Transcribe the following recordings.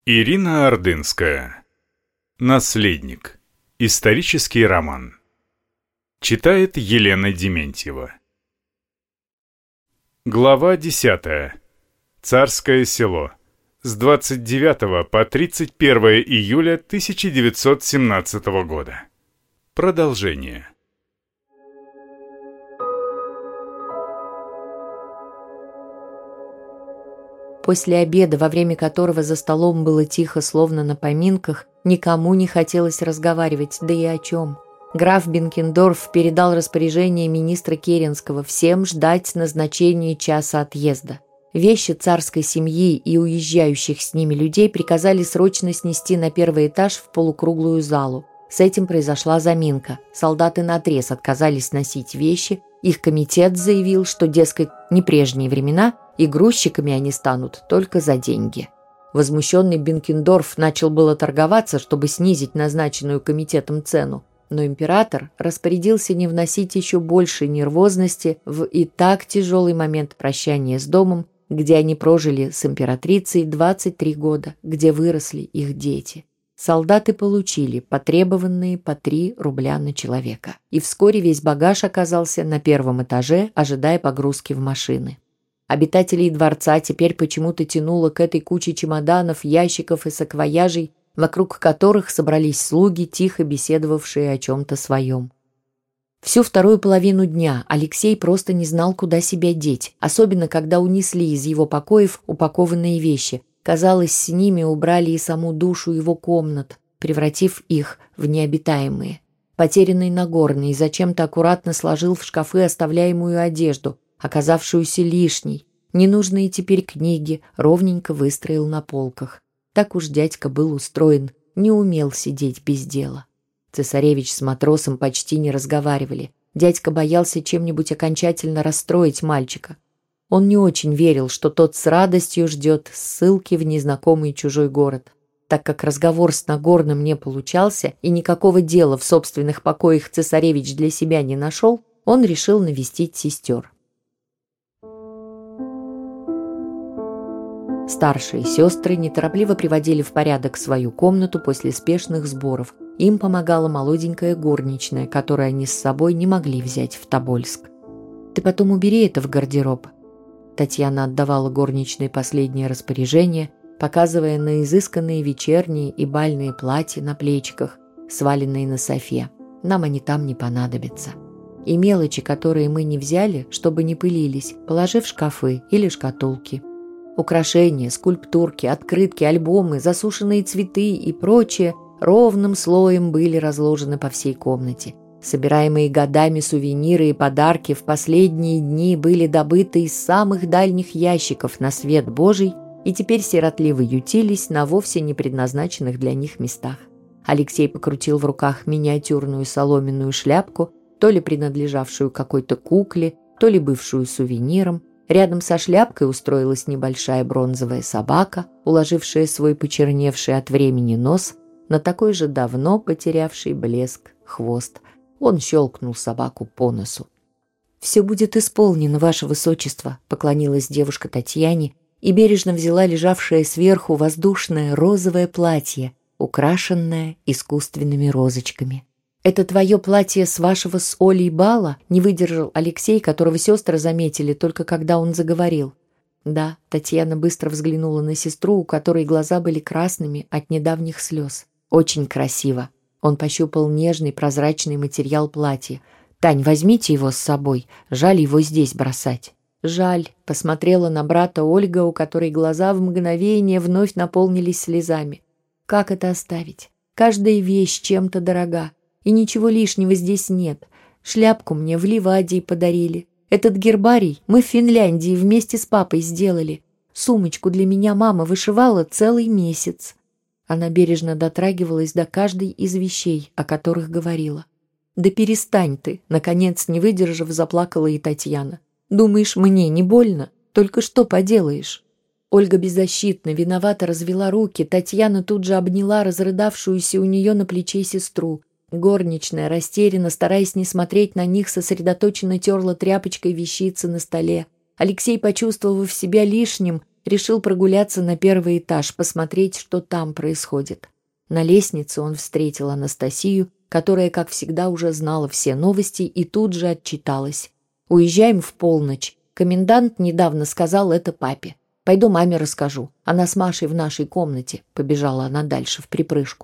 Ирина Ордынская. Наследник. Исторический роман. Читает Елена Дементьева. Глава 10. Царское село. С 29 по 31 июля 1917 года. Продолжение. После обеда, во время которого за столом было тихо, словно на поминках, никому не хотелось разговаривать, да и о чем. Граф Бенкендорф передал распоряжение министра Керенского всем ждать назначения часа отъезда. Вещи царской семьи и уезжающих с ними людей приказали срочно снести на первый этаж в полукруглую залу. С этим произошла заминка. Солдаты наотрез отказались носить вещи. Их комитет заявил, что, дескать, не прежние времена, и грузчиками они станут только за деньги. Возмущенный Бенкендорф начал было торговаться, чтобы снизить назначенную комитетом цену, но император распорядился не вносить еще большей нервозности в и так тяжелый момент прощания с домом, где они прожили с императрицей 23 года, где выросли их дети. Солдаты получили потребованные по 3 рубля на человека, и вскоре весь багаж оказался на первом этаже, ожидая погрузки в машины. Обитателей дворца теперь почему-то тянуло к этой куче чемоданов, ящиков и саквояжей, вокруг которых собрались слуги, тихо беседовавшие о чем-то своем. Всю вторую половину дня Алексей просто не знал, куда себя деть, особенно когда унесли из его покоев упакованные вещи. Казалось, с ними убрали и саму душу его комнат, превратив их в необитаемые. Потерянный Нагорный зачем-то аккуратно сложил в шкафы оставляемую одежду, оказавшуюся лишней. Ненужные теперь книги ровненько выстроил на полках. Так уж дядька был устроен, не умел сидеть без дела. Цесаревич с матросом почти не разговаривали. Дядька боялся чем-нибудь окончательно расстроить мальчика. Он не очень верил, что тот с радостью ждет ссылки в незнакомый чужой город. Так как разговор с Нагорным не получался и никакого дела в собственных покоях цесаревич для себя не нашел, он решил навестить сестер. Старшие сестры неторопливо приводили в порядок свою комнату после спешных сборов. Им помогала молоденькая горничная, которую они с собой не могли взять в Тобольск. «Ты потом убери это в гардероб». Татьяна отдавала горничной последнее распоряжение, показывая на изысканные вечерние и бальные платья на плечиках, сваленные на софе. Нам они там не понадобятся. И мелочи, которые мы не взяли, чтобы не пылились, положи в шкафы или шкатулки. Украшения, скульптурки, открытки, альбомы, засушенные цветы и прочее ровным слоем были разложены по всей комнате. Собираемые годами сувениры и подарки в последние дни были добыты из самых дальних ящиков на свет Божий и теперь сиротливо ютились на вовсе не предназначенных для них местах. Алексей покрутил в руках миниатюрную соломенную шляпку, то ли принадлежавшую какой-то кукле, то ли бывшую сувениром. Рядом со шляпкой устроилась небольшая бронзовая собака, уложившая свой почерневший от времени нос на такой же давно потерявший блеск хвост. Он щелкнул собаку по носу. «Все будет исполнено, ваше высочество», — поклонилась девушка Татьяне и бережно взяла лежавшее сверху воздушное розовое платье, украшенное искусственными розочками. «Это твое платье с вашего с Олей бала?» — не выдержал Алексей, которого сестры заметили только когда он заговорил. Да, Татьяна быстро взглянула на сестру, у которой глаза были красными от недавних слез. «Очень красиво». Он пощупал нежный прозрачный материал платья. «Тань, возьмите его с собой. Жаль его здесь бросать». «Жаль», — посмотрела на брата Ольга, у которой глаза в мгновение вновь наполнились слезами. «Как это оставить? Каждая вещь чем-то дорога. И ничего лишнего здесь нет. Шляпку мне в Ливадии подарили. Этот гербарий мы в Финляндии вместе с папой сделали. Сумочку для меня мама вышивала целый месяц». Она бережно дотрагивалась до каждой из вещей, о которых говорила. «Да перестань ты!» — наконец, не выдержав, заплакала и Татьяна. «Думаешь, мне не больно? Только что поделаешь?» Ольга беззащитно, виновато развела руки. Татьяна тут же обняла разрыдавшуюся у нее на плече сестру. Горничная, растерянно, стараясь не смотреть на них, сосредоточенно терла тряпочкой вещицы на столе. Алексей, почувствовав себя лишним, решил прогуляться на первый этаж, посмотреть, что там происходит. На лестнице он встретил Анастасию, которая, как всегда, уже знала все новости и тут же отчиталась. «Уезжаем в полночь. Комендант недавно сказал это папе. Пойду маме расскажу. Она с Машей в нашей комнате», — побежала она дальше вприпрыжку.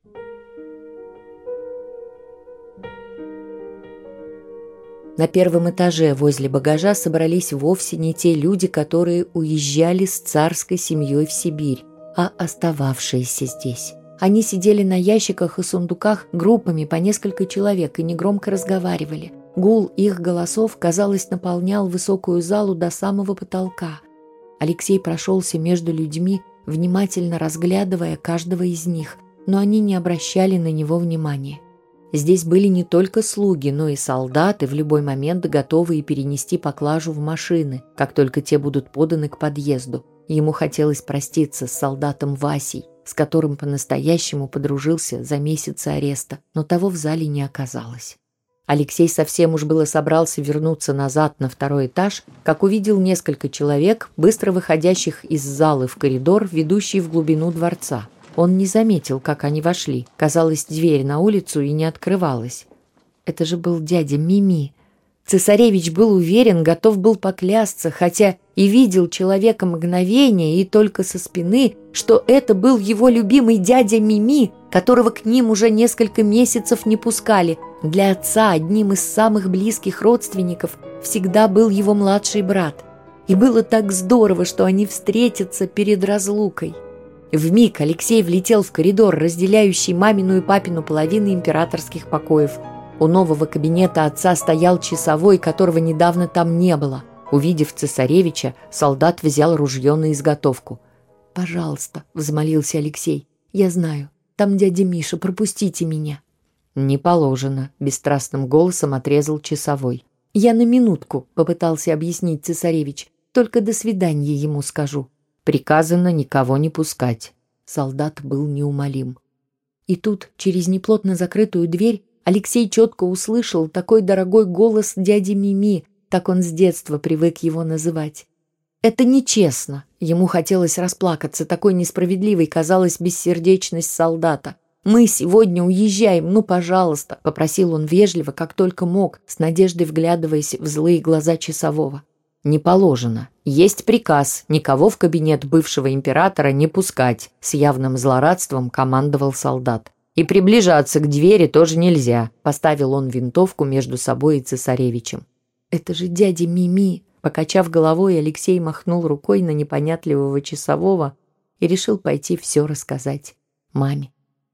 На первом этаже возле багажа собрались вовсе не те люди, которые уезжали с царской семьей в Сибирь, а остававшиеся здесь. Они сидели на ящиках и сундуках группами по несколько человек и негромко разговаривали. Гул их голосов, казалось, наполнял высокую залу до самого потолка. Алексей прошелся между людьми, внимательно разглядывая каждого из них, но они не обращали на него внимания. Здесь были не только слуги, но и солдаты, в любой момент готовые перенести поклажу в машины, как только те будут поданы к подъезду. Ему хотелось проститься с солдатом Васей, с которым по-настоящему подружился за месяцы ареста, но того в зале не оказалось. Алексей совсем уж было собрался вернуться назад на второй этаж, как увидел несколько человек, быстро выходящих из залы в коридор, ведущий в глубину дворца. Он не заметил, как они вошли. Казалось, дверь на улицу и не открывалась. Это же был дядя Мими. Цесаревич был уверен, готов был поклясться, хотя и видел человека мгновение и только со спины, что это был его любимый дядя Мими, которого к ним уже несколько месяцев не пускали. Для отца одним из самых близких родственников всегда был его младший брат. И было так здорово, что они встретятся перед разлукой. Вмиг Алексей влетел в коридор, разделяющий мамину и папину половины императорских покоев. У нового кабинета отца стоял часовой, которого недавно там не было. Увидев цесаревича, солдат взял ружье на изготовку. «Пожалуйста», — взмолился Алексей, — «я знаю, там дядя Миша, пропустите меня». «Не положено», — бесстрастным голосом отрезал часовой. «Я на минутку», — попытался объяснить цесаревич, — «только до свидания ему скажу». «Приказано никого не пускать». Солдат был неумолим. И тут, через неплотно закрытую дверь, Алексей четко услышал такой дорогой голос дяди Мими, так он с детства привык его называть. «Это нечестно!» Ему хотелось расплакаться, такой несправедливой казалась бессердечность солдата. «Мы сегодня уезжаем, ну, пожалуйста!» — попросил он вежливо, как только мог, с надеждой вглядываясь в злые глаза часового. «Не положено. Есть приказ никого в кабинет бывшего императора не пускать», — с явным злорадством командовал солдат. «И приближаться к двери тоже нельзя», — поставил он винтовку между собой и цесаревичем. «Это же дядя Мими!» Покачав головой, Алексей махнул рукой на непонятливого часового и решил пойти все рассказать маме.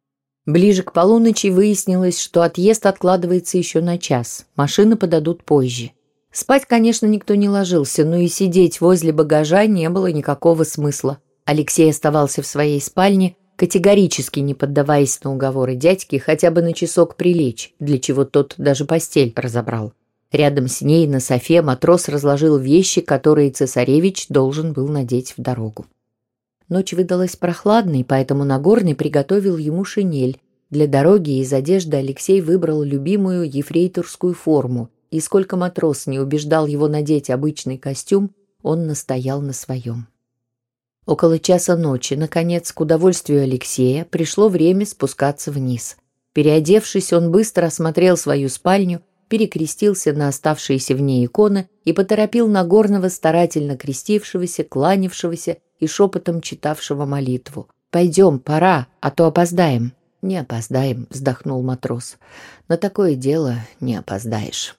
Ближе к полуночи выяснилось, что отъезд откладывается еще на час, машины подадут позже. Спать, конечно, никто не ложился, но и сидеть возле багажа не было никакого смысла. Алексей оставался в своей спальне, категорически не поддаваясь на уговоры дядьки хотя бы на часок прилечь, для чего тот даже постель разобрал. Рядом с ней на софе матрос разложил вещи, которые цесаревич должен был надеть в дорогу. Ночь выдалась прохладной, поэтому Нагорный приготовил ему шинель. Для дороги из одежды Алексей выбрал любимую ефрейторскую форму, и сколько матрос не убеждал его надеть обычный костюм, он настоял на своем. Около часа ночи, наконец, к удовольствию Алексея, пришло время спускаться вниз. Переодевшись, он быстро осмотрел свою спальню, перекрестился на оставшиеся в ней иконы и поторопил Нагорного, старательно крестившегося, кланявшегося и шепотом читавшего молитву. «Пойдем, пора, а то опоздаем». «Не опоздаем», — вздохнул матрос. «На такое дело не опоздаешь».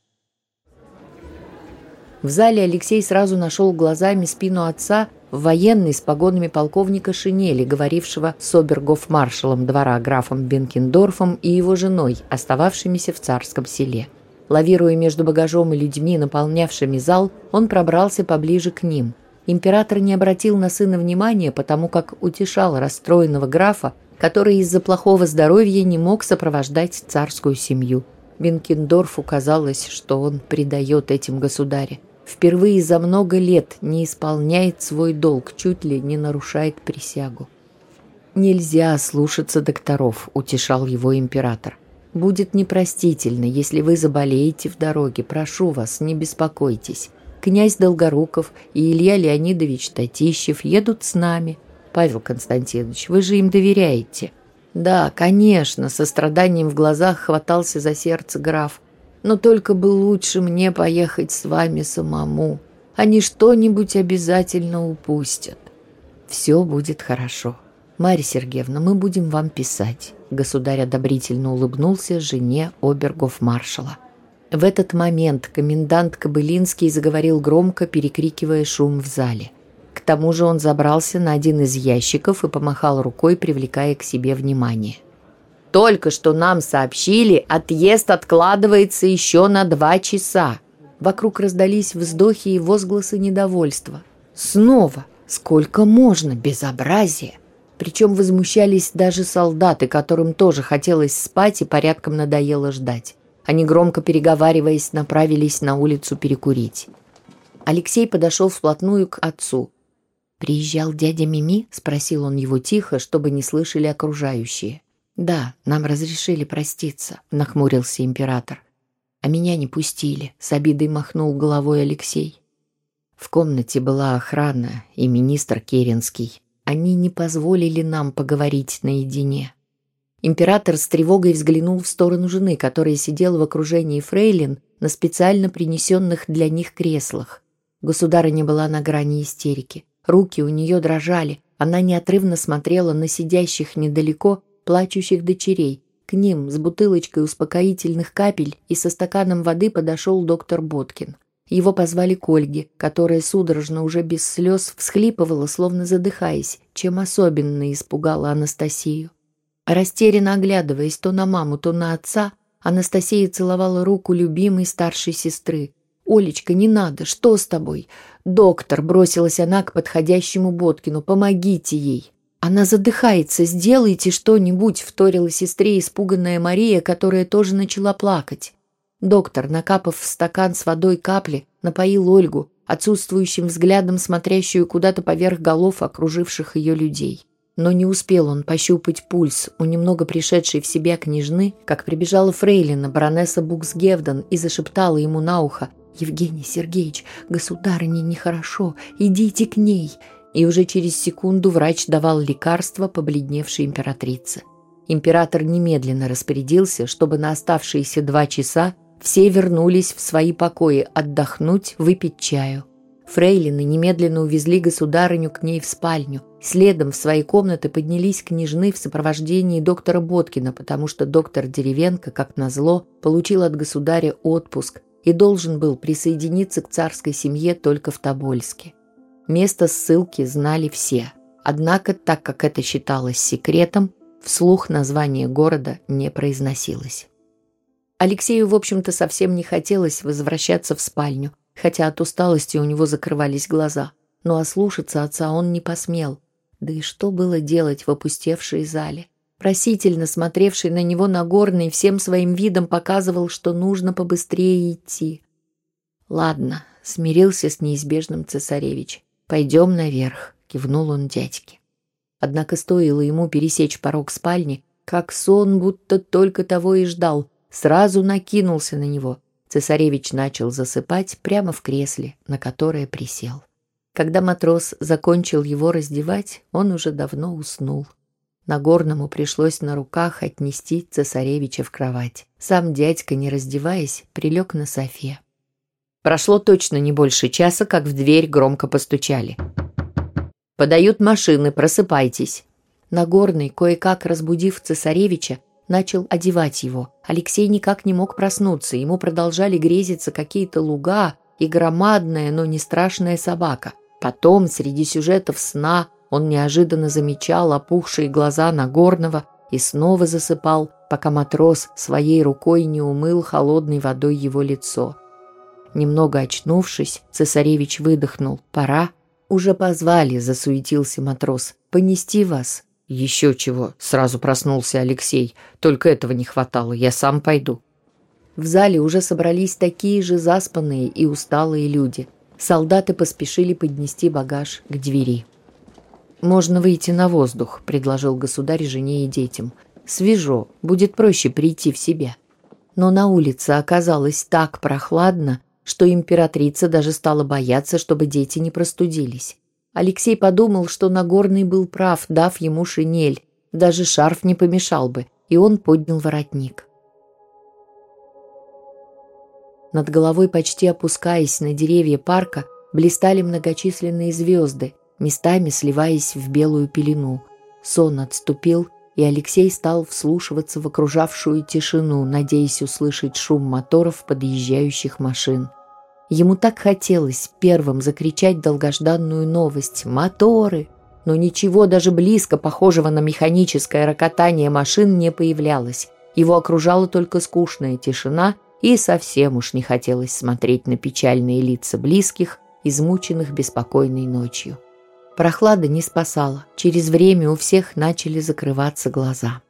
В зале Алексей сразу нашел глазами спину отца в военной с погонами полковника шинели, говорившего с обергофмаршалом двора графом Бенкендорфом и его женой, остававшимися в Царском Селе. Лавируя между багажом и людьми, наполнявшими зал, он пробрался поближе к ним. Император не обратил на сына внимания, потому как утешал расстроенного графа, который из-за плохого здоровья не мог сопровождать царскую семью. Бенкендорфу казалось, что он предает этим государя. Впервые за много лет не исполняет свой долг, чуть ли не нарушает присягу. «Нельзя слушаться докторов», — утешал его император. «Будет непростительно, если вы заболеете в дороге. Прошу вас, не беспокойтесь. Князь Долгоруков и Илья Леонидович Татищев едут с нами. Павел Константинович, вы же им доверяете. Да, конечно, со страданием в глазах хватался за сердце граф. Но только бы лучше мне поехать с вами самому. Они что-нибудь обязательно упустят. Все будет хорошо. Марья Сергеевна, мы будем вам писать. Государь одобрительно улыбнулся жене обергофмаршала. В этот момент комендант Кобылинский заговорил громко, перекрикивая шум в зале. К тому же он забрался на один из ящиков и помахал рукой, привлекая к себе внимание. «Только что нам сообщили, отъезд откладывается еще на 2 часа». Вокруг раздались вздохи и возгласы недовольства. «Снова? Сколько можно? Безобразие!» Причем возмущались даже солдаты, которым тоже хотелось спать и порядком надоело ждать. Они, громко переговариваясь, направились на улицу перекурить. Алексей подошел вплотную к отцу. «Приезжал дядя Мими?» – спросил он его тихо, чтобы не слышали окружающие. «Да, нам разрешили проститься», – нахмурился император. «А меня не пустили», – с обидой махнул головой Алексей. В комнате была охрана и министр Керенский. Они не позволили нам поговорить наедине. Император с тревогой взглянул в сторону жены, которая сидела в окружении фрейлин на специально принесенных для них креслах. Государыня была на грани истерики. Руки у нее дрожали. Она неотрывно смотрела на сидящих недалеко плачущих дочерей. К ним с бутылочкой успокоительных капель и со стаканом воды подошел доктор Боткин. Его позвали к Ольге, которая судорожно, уже без слез, всхлипывала, словно задыхаясь, чем особенно испугала Анастасию. Растерянно оглядываясь то на маму, то на отца, Анастасия целовала руку любимой старшей сестры. «Олечка, не надо, что с тобой?» «Доктор», — бросилась она к подходящему Боткину, — «помогите ей». «Она задыхается, сделайте что-нибудь», — вторила сестре испуганная Мария, которая тоже начала плакать. Доктор, накапав в стакан с водой капли, напоил Ольгу, отсутствующим взглядом смотрящую куда-то поверх голов окруживших ее людей. Но не успел он пощупать пульс у немного пришедшей в себя княжны, как прибежала фрейлина, баронесса Буксгевден, и зашептала ему на ухо: «Евгений Сергеевич, государыне нехорошо, идите к ней». И уже через секунду врач давал лекарство побледневшей императрице. Император немедленно распорядился, чтобы на оставшиеся 2 часа все вернулись в свои покои отдохнуть, выпить чаю. Фрейлины немедленно увезли государыню к ней в спальню. Следом в свои комнаты поднялись княжны в сопровождении доктора Боткина, потому что доктор Деревенко, как назло, получил от государя отпуск и должен был присоединиться к царской семье только в Тобольске. Место ссылки знали все. Однако, так как это считалось секретом, вслух название города не произносилось. Алексею, в общем-то, совсем не хотелось возвращаться в спальню, хотя от усталости у него закрывались глаза. Но ослушаться отца он не посмел. Да и что было делать в опустевшей зале? Просительно смотревший на него Нагорный всем своим видом показывал, что нужно побыстрее идти. «Ладно», — смирился с неизбежным цесаревич. «Пойдем наверх», — кивнул он дядьке. Однако стоило ему пересечь порог спальни, как сон будто только того и ждал, сразу накинулся на него. Цесаревич начал засыпать прямо в кресле, на которое присел. Когда матрос закончил его раздевать, он уже давно уснул. Нагорному пришлось на руках отнести цесаревича в кровать. Сам дядька, не раздеваясь, прилег на софе. Прошло точно не больше часа, как в дверь громко постучали. «Подают машины, просыпайтесь». Нагорный, кое-как разбудив цесаревича, начал одевать его. Алексей никак не мог проснуться, ему продолжали грезиться какие-то луга и громадная, но не страшная собака. Потом, среди сюжетов сна, он неожиданно замечал опухшие глаза Нагорного и снова засыпал, пока матрос своей рукой не умыл холодной водой его лицо. Немного очнувшись, цесаревич выдохнул. «Пора?» «Уже позвали», — засуетился матрос. «Понести вас?» «Еще чего», — сразу проснулся Алексей. «Только этого не хватало, я сам пойду». В зале уже собрались такие же заспанные и усталые люди. Солдаты поспешили поднести багаж к двери. «Можно выйти на воздух», — предложил государь жене и детям. «Свежо, будет проще прийти в себя». Но на улице оказалось так прохладно, что императрица даже стала бояться, чтобы дети не простудились. Алексей подумал, что Нагорный был прав, дав ему шинель. Даже шарф не помешал бы, и он поднял воротник. Над головой, почти опускаясь на деревья парка, блистали многочисленные звезды, местами сливаясь в белую пелену. Сон отступил, и Алексей стал вслушиваться в окружавшую тишину, надеясь услышать шум моторов подъезжающих машин. Ему так хотелось первым закричать долгожданную новость «Моторы!», но ничего даже близко похожего на механическое рокотание машин не появлялось. Его окружала только скучная тишина, и совсем уж не хотелось смотреть на печальные лица близких, измученных беспокойной ночью. Прохлада не спасала, через время у всех начали закрываться глаза.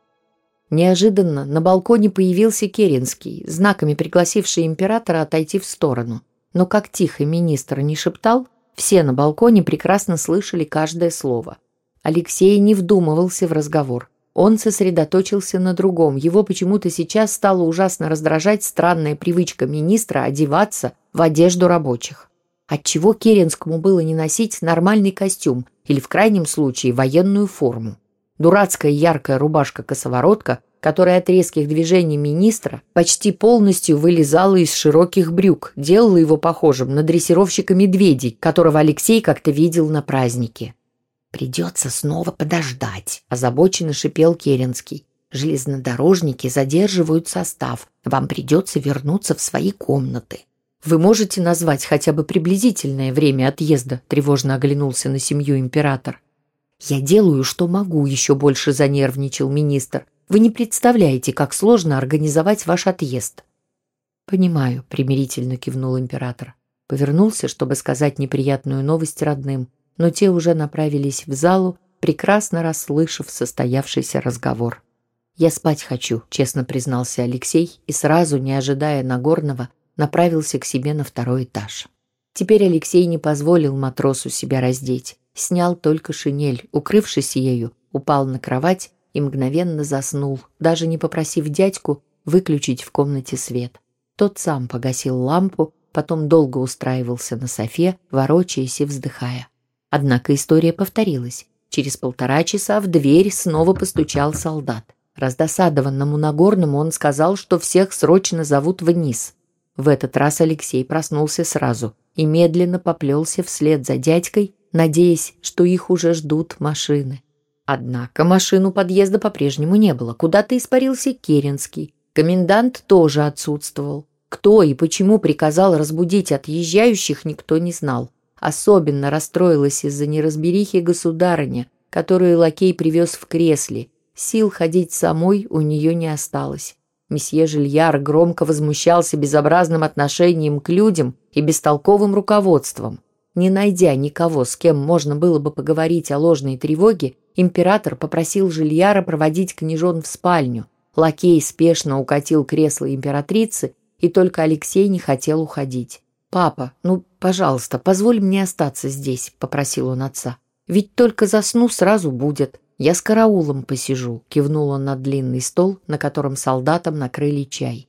Неожиданно на балконе появился Керенский, знаками пригласивший императора отойти в сторону. Но как тихо министр не шептал, все на балконе прекрасно слышали каждое слово. Алексей не вдумывался в разговор. Он сосредоточился на другом. Его почему-то сейчас стала ужасно раздражать странная привычка министра одеваться в одежду рабочих. Отчего Керенскому было не носить нормальный костюм или, в крайнем случае, военную форму? Дурацкая яркая рубашка-косоворотка, которая от резких движений министра почти полностью вылезала из широких брюк, делала его похожим на дрессировщика медведей, которого Алексей как-то видел на празднике. «Придется снова подождать», – озабоченно шипел Керенский. «Железнодорожники задерживают состав. Вам придется вернуться в свои комнаты». «Вы можете назвать хотя бы приблизительное время отъезда?» – тревожно оглянулся на семью император. «Я делаю, что могу», – еще больше занервничал министр. «Вы не представляете, как сложно организовать ваш отъезд». «Понимаю», – примирительно кивнул император. Повернулся, чтобы сказать неприятную новость родным, но те уже направились в залу, прекрасно расслышав состоявшийся разговор. «Я спать хочу», – честно признался Алексей и сразу, не ожидая Нагорного, направился к себе на второй этаж. Теперь Алексей не позволил матросу себя раздеть, снял только шинель, укрывшись ею, упал на кровать и мгновенно заснул, даже не попросив дядьку выключить в комнате свет. Тот сам погасил лампу, потом долго устраивался на софе, ворочаясь и вздыхая. Однако история повторилась. Через 1,5 часа в дверь снова постучал солдат. Раздосадованному Нагорному он сказал, что всех срочно зовут вниз. В этот раз Алексей проснулся сразу и медленно поплелся вслед за дядькой, надеясь, что их уже ждут машины. Однако машин у подъезда по-прежнему не было. Куда-то испарился Керенский. Комендант тоже отсутствовал. Кто и почему приказал разбудить отъезжающих, никто не знал. Особенно расстроилась из-за неразберихи государыня, которую лакей привез в кресле. Сил ходить самой у нее не осталось. Месье Жильяр громко возмущался безобразным отношением к людям и бестолковым руководством. Не найдя никого, с кем можно было бы поговорить о ложной тревоге, император попросил Жильяра проводить княжон в спальню. Лакей спешно укатил кресло императрицы, и только Алексей не хотел уходить. «Папа, ну, пожалуйста, позволь мне остаться здесь», — попросил он отца. «Ведь только засну, сразу будет. Я с караулом посижу», — кивнул он на длинный стол, на котором солдатам накрыли чай.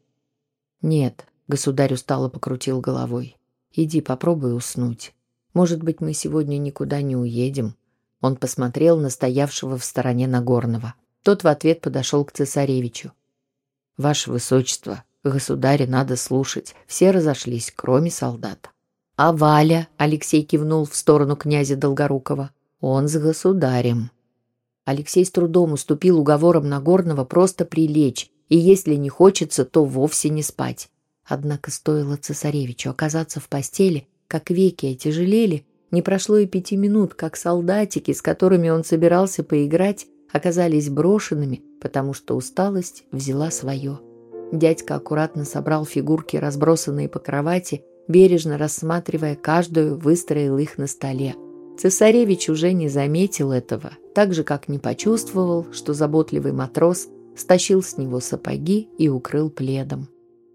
«Нет», — государь устало покрутил головой. «Иди, попробуй уснуть. Может быть, мы сегодня никуда не уедем». Он посмотрел на стоявшего в стороне Нагорного. Тот в ответ подошел к цесаревичу. «Ваше высочество, государя надо слушать. Все разошлись, кроме солдат». «А Валя?» — Алексей кивнул в сторону князя Долгорукова. «Он с государем». Алексей с трудом уступил уговорам Нагорного просто прилечь, и если не хочется, то вовсе не спать. Однако стоило цесаревичу оказаться в постели, как веки отяжелели, не прошло и 5 минут, как солдатики, с которыми он собирался поиграть, оказались брошенными, потому что усталость взяла свое. Дядька аккуратно собрал фигурки, разбросанные по кровати, бережно рассматривая каждую, выстроил их на столе. Цесаревич уже не заметил этого, так же, как не почувствовал, что заботливый матрос стащил с него сапоги и укрыл пледом.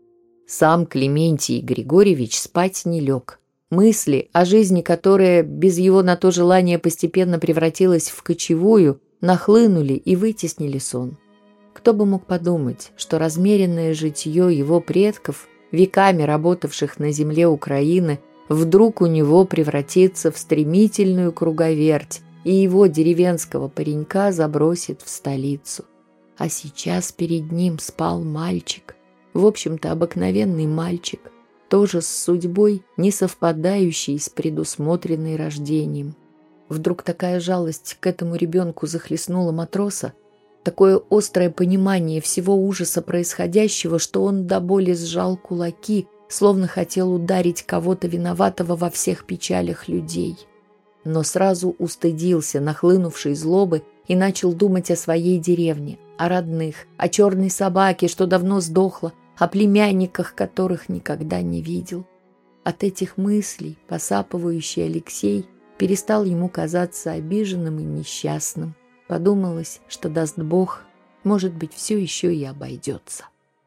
Сам Клементий Григорьевич спать не лег. Мысли о жизни, которая без его на то желания постепенно превратилась в кочевую, нахлынули и вытеснили сон. Кто бы мог подумать, что размеренное житье его предков веками работавших на земле Украины, вдруг у него превратится в стремительную круговерть, и его деревенского паренька забросит в столицу. А сейчас перед ним спал мальчик, в общем-то обыкновенный мальчик, тоже с судьбой, не совпадающей с предусмотренной рождением. Вдруг такая жалость к этому ребенку захлестнула матроса, такое острое понимание всего ужаса происходящего, что он до боли сжал кулаки, словно хотел ударить кого-то виноватого во всех печалях людей. Но сразу устыдился нахлынувшей злобы и начал думать о своей деревне, о родных, о черной собаке, что давно сдохла, о племянниках, которых никогда не видел. От этих мыслей посапывающий Алексей перестал ему казаться обиженным и несчастным. Подумалось, что, даст Бог, может быть, все еще и обойдется.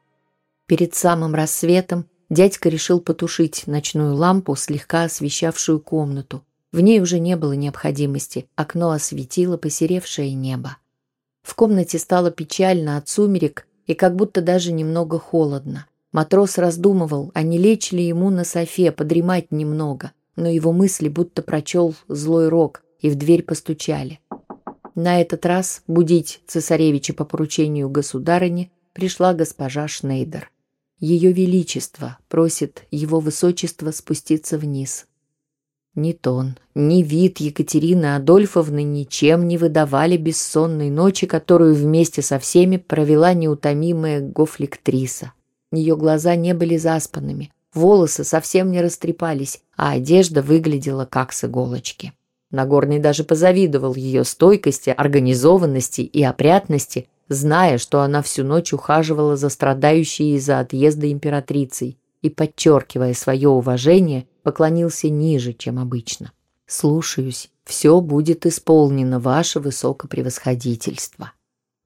Перед самым рассветом дядька решил потушить ночную лампу, слегка освещавшую комнату. В ней уже не было необходимости, окно осветило посеревшее небо. В комнате стало печально от сумерек и как будто даже немного холодно. Матрос раздумывал, а не лечь ли ему на софе, подремать немного, но его мысли будто прочел злой рок, и в дверь постучали. На этот раз будить цесаревича по поручению государыни пришла госпожа Шнейдер. Ее Величество просит его Высочество спуститься вниз. Ни тон, ни вид Екатерины Адольфовны ничем не выдавали бессонной ночи, которую вместе со всеми провела неутомимая гофлектриса. Ее глаза не были заспанными, волосы совсем не растрепались, а одежда выглядела как с иголочки. Нагорный даже позавидовал ее стойкости, организованности и опрятности, зная, что она всю ночь ухаживала за страдающей из-за отъезда императрицей, и, подчеркивая свое уважение, поклонился ниже, чем обычно. «Слушаюсь, все будет исполнено, ваше высокопревосходительство».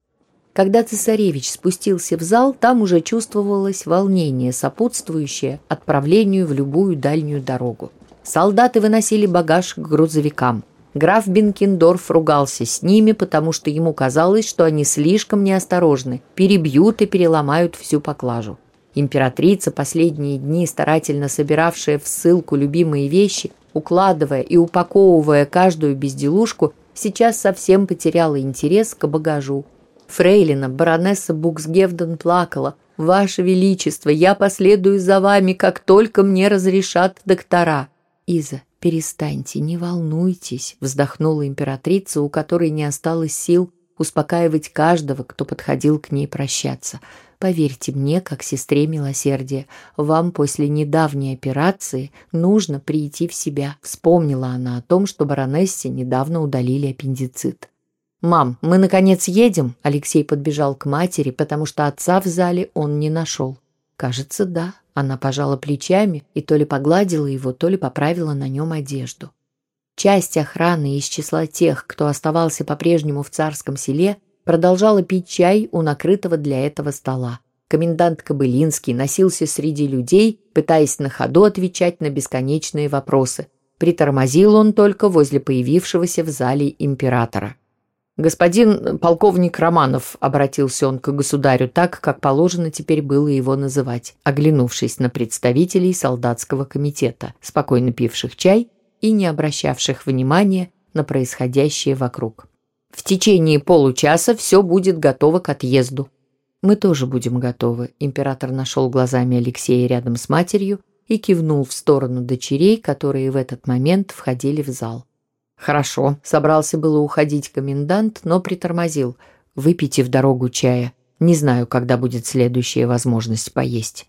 Когда цесаревич спустился в зал, там уже чувствовалось волнение, сопутствующее отправлению в любую дальнюю дорогу. Солдаты выносили багаж к грузовикам. Граф Бенкендорф ругался с ними, потому что ему казалось, что они слишком неосторожны, перебьют и переломают всю поклажу. Императрица, последние дни старательно собиравшая в ссылку любимые вещи, укладывая и упаковывая каждую безделушку, сейчас совсем потеряла интерес к багажу. Фрейлина, баронесса Буксгевден, плакала: «Ваше Величество, я последую за вами, как только мне разрешат доктора». «Иза, перестаньте, не волнуйтесь», — вздохнула императрица, у которой не осталось сил успокаивать каждого, кто подходил к ней прощаться. «Поверьте мне, как сестре милосердия, вам после недавней операции нужно прийти в себя». Вспомнила она о том, что баронессе недавно удалили аппендицит. «Мам, мы, наконец, едем?» Алексей подбежал к матери, потому что отца в зале он не нашел. «Кажется, да». Она пожала плечами и то ли погладила его, то ли поправила на нем одежду. Часть охраны из числа тех, кто оставался по-прежнему в Царском селе, продолжала пить чай у накрытого для этого стола. Комендант Кобылинский носился среди людей, пытаясь на ходу отвечать на бесконечные вопросы. Притормозил он только возле появившегося в зале императора. «Господин полковник Романов», — обратился он к государю так, как положено теперь было его называть, оглянувшись на представителей солдатского комитета, спокойно пивших чай и не обращавших внимания на происходящее вокруг. «В течение получаса все будет готово к отъезду». «Мы тоже будем готовы», — император нашел глазами Алексея рядом с матерью и кивнул в сторону дочерей, которые в этот момент входили в зал. «Хорошо», — собрался было уходить комендант, но притормозил. «Выпейте в дорогу чая. Не знаю, когда будет следующая возможность поесть».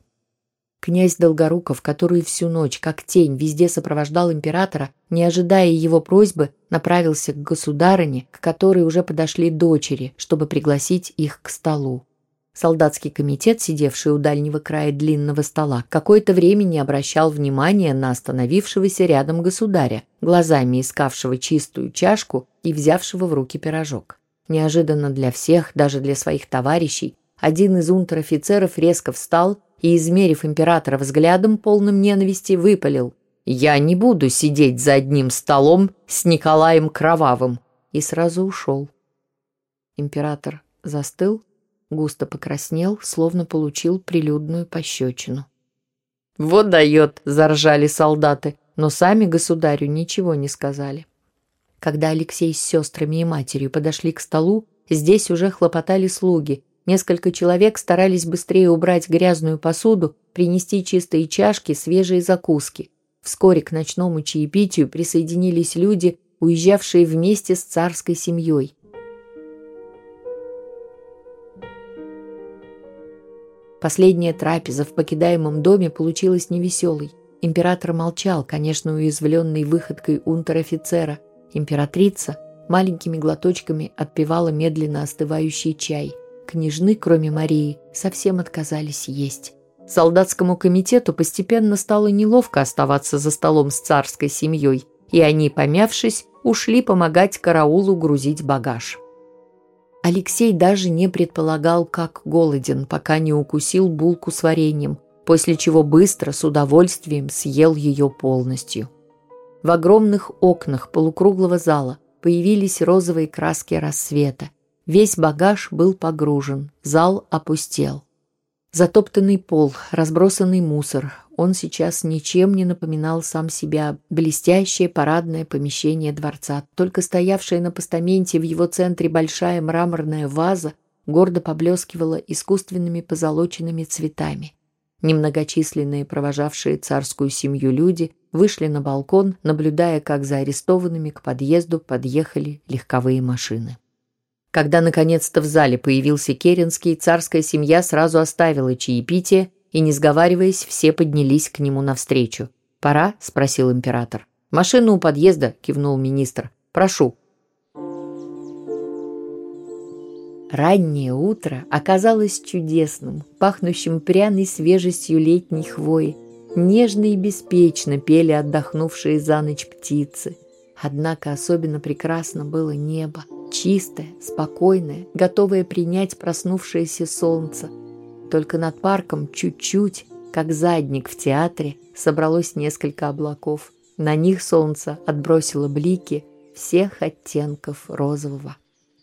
Князь Долгоруков, который всю ночь, как тень, везде сопровождал императора, не ожидая его просьбы, направился к государыне, к которой уже подошли дочери, чтобы пригласить их к столу. Солдатский комитет, сидевший у дальнего края длинного стола, какое-то время не обращал внимания на остановившегося рядом государя, глазами искавшего чистую чашку и взявшего в руки пирожок. Неожиданно для всех, даже для своих товарищей, один из унтер-офицеров резко встал и, измерив императора взглядом, полным ненависти, выпалил: «Я не буду сидеть за одним столом с Николаем Кровавым!» и сразу ушел. Император застыл, густо покраснел, словно получил прилюдную пощечину. «Вот дает», – заржали солдаты, но сами государю ничего не сказали. Когда Алексей с сестрами и матерью подошли к столу, здесь уже хлопотали слуги. Несколько человек старались быстрее убрать грязную посуду, принести чистые чашки, свежие закуски. Вскоре к ночному чаепитию присоединились люди, уезжавшие вместе с царской семьей. Последняя трапеза в покидаемом доме получилась невеселой. Император молчал, конечно, уязвленный выходкой унтер-офицера. Императрица маленькими глоточками отпивала медленно остывающий чай. Княжны, кроме Марии, совсем отказались есть. Солдатскому комитету постепенно стало неловко оставаться за столом с царской семьей, и они, помявшись, ушли помогать караулу грузить багаж. Алексей даже не предполагал, как голоден, пока не укусил булку с вареньем, после чего быстро, с удовольствием съел ее полностью. В огромных окнах полукруглого зала появились розовые краски рассвета. Весь багаж был погружен, зал опустел. Затоптанный пол, разбросанный мусор. Он сейчас ничем не напоминал сам себя. Блестящее парадное помещение дворца, только стоявшая на постаменте в его центре большая мраморная ваза, гордо поблескивала искусственными позолоченными цветами. Немногочисленные провожавшие царскую семью люди вышли на балкон, наблюдая, как за арестованными к подъезду подъехали легковые машины. Когда наконец-то в зале появился Керенский, царская семья сразу оставила чаепитие, и, не сговариваясь, все поднялись к нему навстречу. «Пора?» – спросил император. «Машина у подъезда», – кивнул министр. «Прошу». Раннее утро оказалось чудесным, пахнущим пряной свежестью летней хвои. Нежно и беспечно пели отдохнувшие за ночь птицы. Однако особенно прекрасно было небо. Чистое, спокойное, готовое принять проснувшееся солнце. Только над парком чуть-чуть, как задник в театре, собралось несколько облаков. На них солнце отбросило блики всех оттенков розового.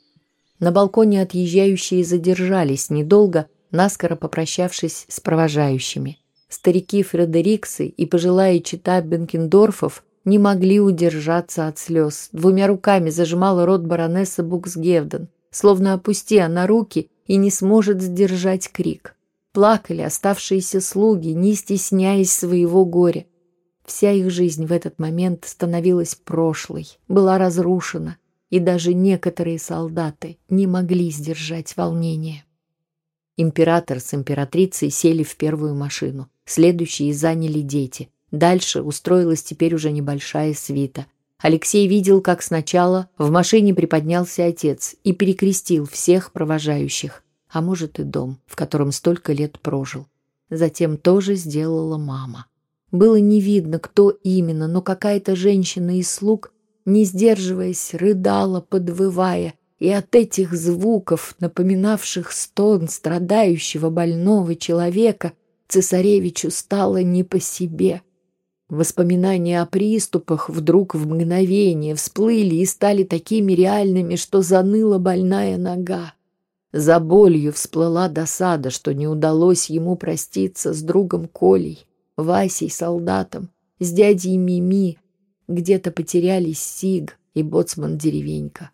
На балконе отъезжающие задержались недолго, наскоро попрощавшись с провожающими. Старики Фредериксы и пожилая чета Бенкендорфов не могли удержаться от слез. Двумя руками зажимала рот баронесса Буксгевден, словно опусти она руки и не сможет сдержать крик. Плакали оставшиеся слуги, не стесняясь своего горя. Вся их жизнь в этот момент становилась прошлой, была разрушена, и даже некоторые солдаты не могли сдержать волнение. Император с императрицей сели в первую машину, следующие заняли дети. Дальше устроилась теперь уже небольшая свита. Алексей видел, как сначала в машине приподнялся отец и перекрестил всех провожающих, а может и дом, в котором столько лет прожил. Затем тоже сделала мама. Было не видно, кто именно, но какая-то женщина из слуг, не сдерживаясь, рыдала, подвывая, и от этих звуков, напоминавших стон страдающего больного человека, цесаревичу стало не по себе. Воспоминания о приступах вдруг в мгновение всплыли и стали такими реальными, что заныла больная нога. За болью всплыла досада, что не удалось ему проститься с другом Колей, Васей солдатом, с дядей Мими. Где-то потерялись Сиг и боцман Деревенька.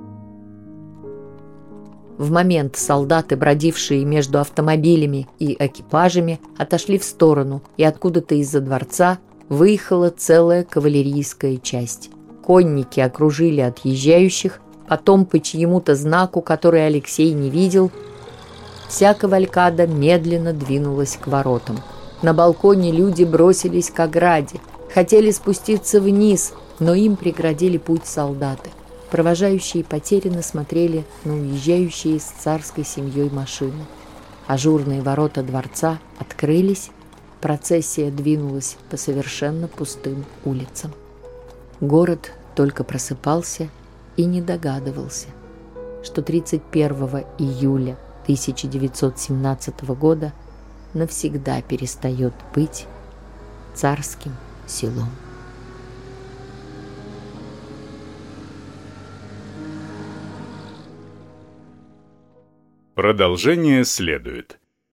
В момент солдаты, бродившие между автомобилями и экипажами, отошли в сторону, и откуда-то из-за дворца выехала целая кавалерийская часть. Конники окружили отъезжающих, потом по чьему-то знаку, который Алексей не видел, вся кавалькада медленно двинулась к воротам. На балконе люди бросились к ограде, хотели спуститься вниз, но им преградили путь солдаты. Провожающие потерянно смотрели на уезжающие с царской семьей машины. Ажурные ворота дворца открылись, процессия двинулась по совершенно пустым улицам. Город только просыпался и не догадывался, что 31 июля 1917 года навсегда перестает быть царским селом. Продолжение следует.